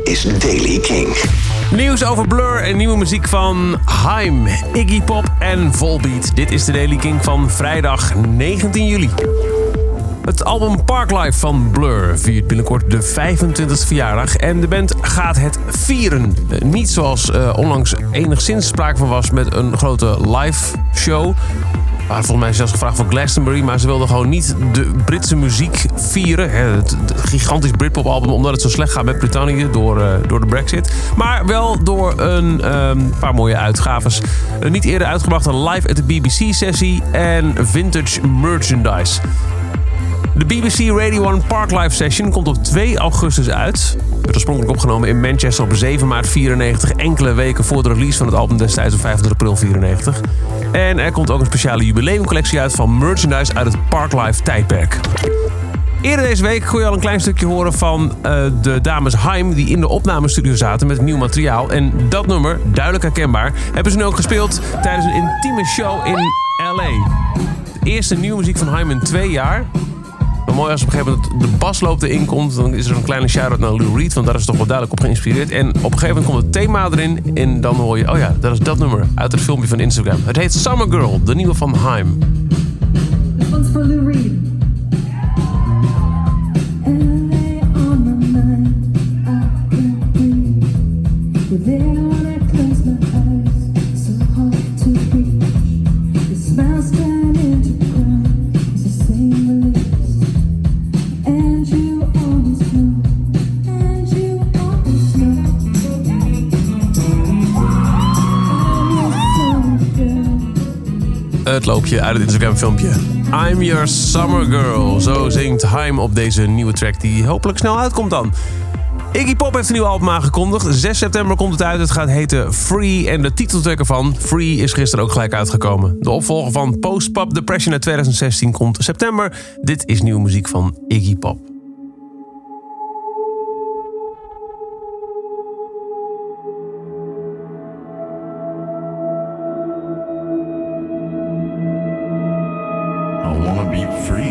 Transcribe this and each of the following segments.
is Daily Kink. Nieuws over Blur en nieuwe muziek van Haim, Iggy Pop en Volbeat. Dit is de Daily Kink van vrijdag 19 juli. Het album Parklife van Blur viert binnenkort de 25e verjaardag en de band gaat het vieren. Niet zoals onlangs enigszins sprake van was met een grote live show. Er waren volgens mij zelfs gevraagd voor Glastonbury, maar ze wilden gewoon niet de Britse muziek vieren. Het gigantisch Britpop-album, omdat het zo slecht gaat met Brittannië door de Brexit. Maar wel door een paar mooie uitgaves. Een niet eerder uitgebrachte live at the BBC-sessie en vintage merchandise. De BBC Radio 1 Parklife Session komt op 2 augustus uit. Werd oorspronkelijk opgenomen in Manchester op 7 maart 94, enkele weken voor de release van het album destijds op 25 april 94. En er komt ook een speciale jubileumcollectie uit van merchandise uit het Parklife tijdperk. Eerder deze week kon je al een klein stukje horen van de dames Haim die in de opnamestudio zaten met nieuw materiaal. En dat nummer, duidelijk herkenbaar, hebben ze nu ook gespeeld tijdens een intieme show in LA. De eerste nieuwe muziek van Haim in 2 jaar. Maar mooi als op een gegeven moment de basloop erin komt, dan is er een kleine shout-out naar Lou Reed, want daar is het toch wel duidelijk op geïnspireerd. En op een gegeven moment komt het thema erin en dan hoor je, oh ja, dat is dat nummer uit het filmpje van Instagram. Het heet Summer Girl, de nieuwe van Haim. This one's for Lou Reed. Het loopje uit het Instagram-filmpje. I'm your summer girl. Zo zingt Haim op deze nieuwe track die hopelijk snel uitkomt dan. Iggy Pop heeft een nieuw album aangekondigd. 6 september komt het uit. Het gaat heten Free en de titeltrack ervan, Free, is gisteren ook gelijk uitgekomen. De opvolger van Post Pop Depression uit 2016 komt september. Dit is nieuwe muziek van Iggy Pop. I wanna be free.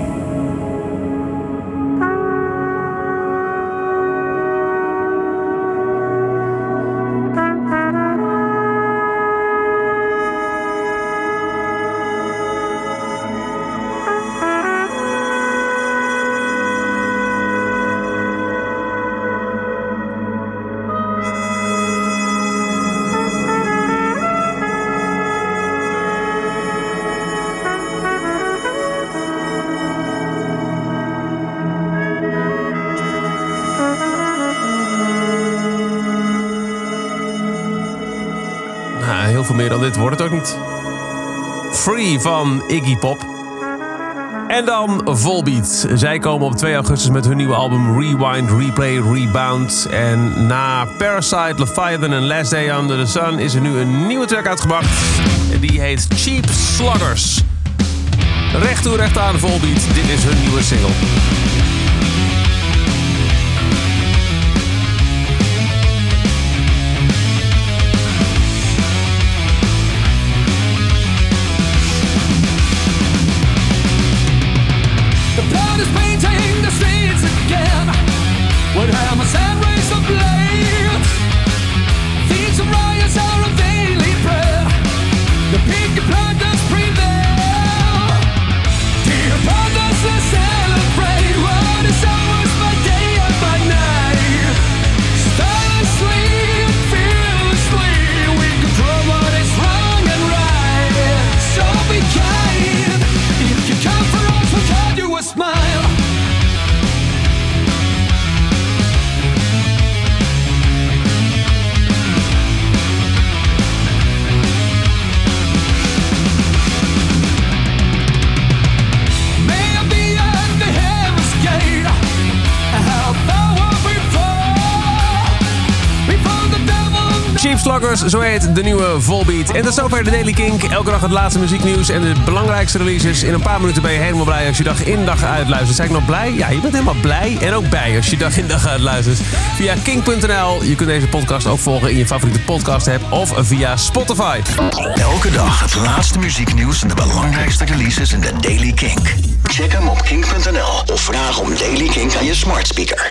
Heel veel meer dan dit wordt het ook niet. Free van Iggy Pop. En dan Volbeat. Zij komen op 2 augustus met hun nieuwe album Rewind, Replay, Rebound. En na Parasite, Leviathan en Last Day Under the Sun is er nu een nieuwe track uitgebracht. En die heet Cheap Sluggers. Recht toe, recht aan Volbeat. Dit is hun nieuwe single. What hammers and razor blades, thieves and riots are a daily prayer. The Peaky Blinders prevail. Dear brothers, let's celebrate what is ours by day and by night. Stylishly and fearlessly, we control what is wrong and right. So be kind. If you come for us, we'll call you a smile. Cheap Sluggers, zo heet de nieuwe Volbeat. En tot zover de Daily Kink. Elke dag het laatste muzieknieuws en de belangrijkste releases. In een paar minuten ben je helemaal blij als je dag in dag uit luistert. Zeg ik nog blij? Ja, je bent helemaal blij en ook bij als je dag in dag uit luistert. Via kink.nl. Je kunt deze podcast ook volgen in je favoriete podcast app of via Spotify. Elke dag het laatste muzieknieuws en de belangrijkste releases in de Daily Kink. Check hem op kink.nl of vraag om Daily Kink aan je smart speaker.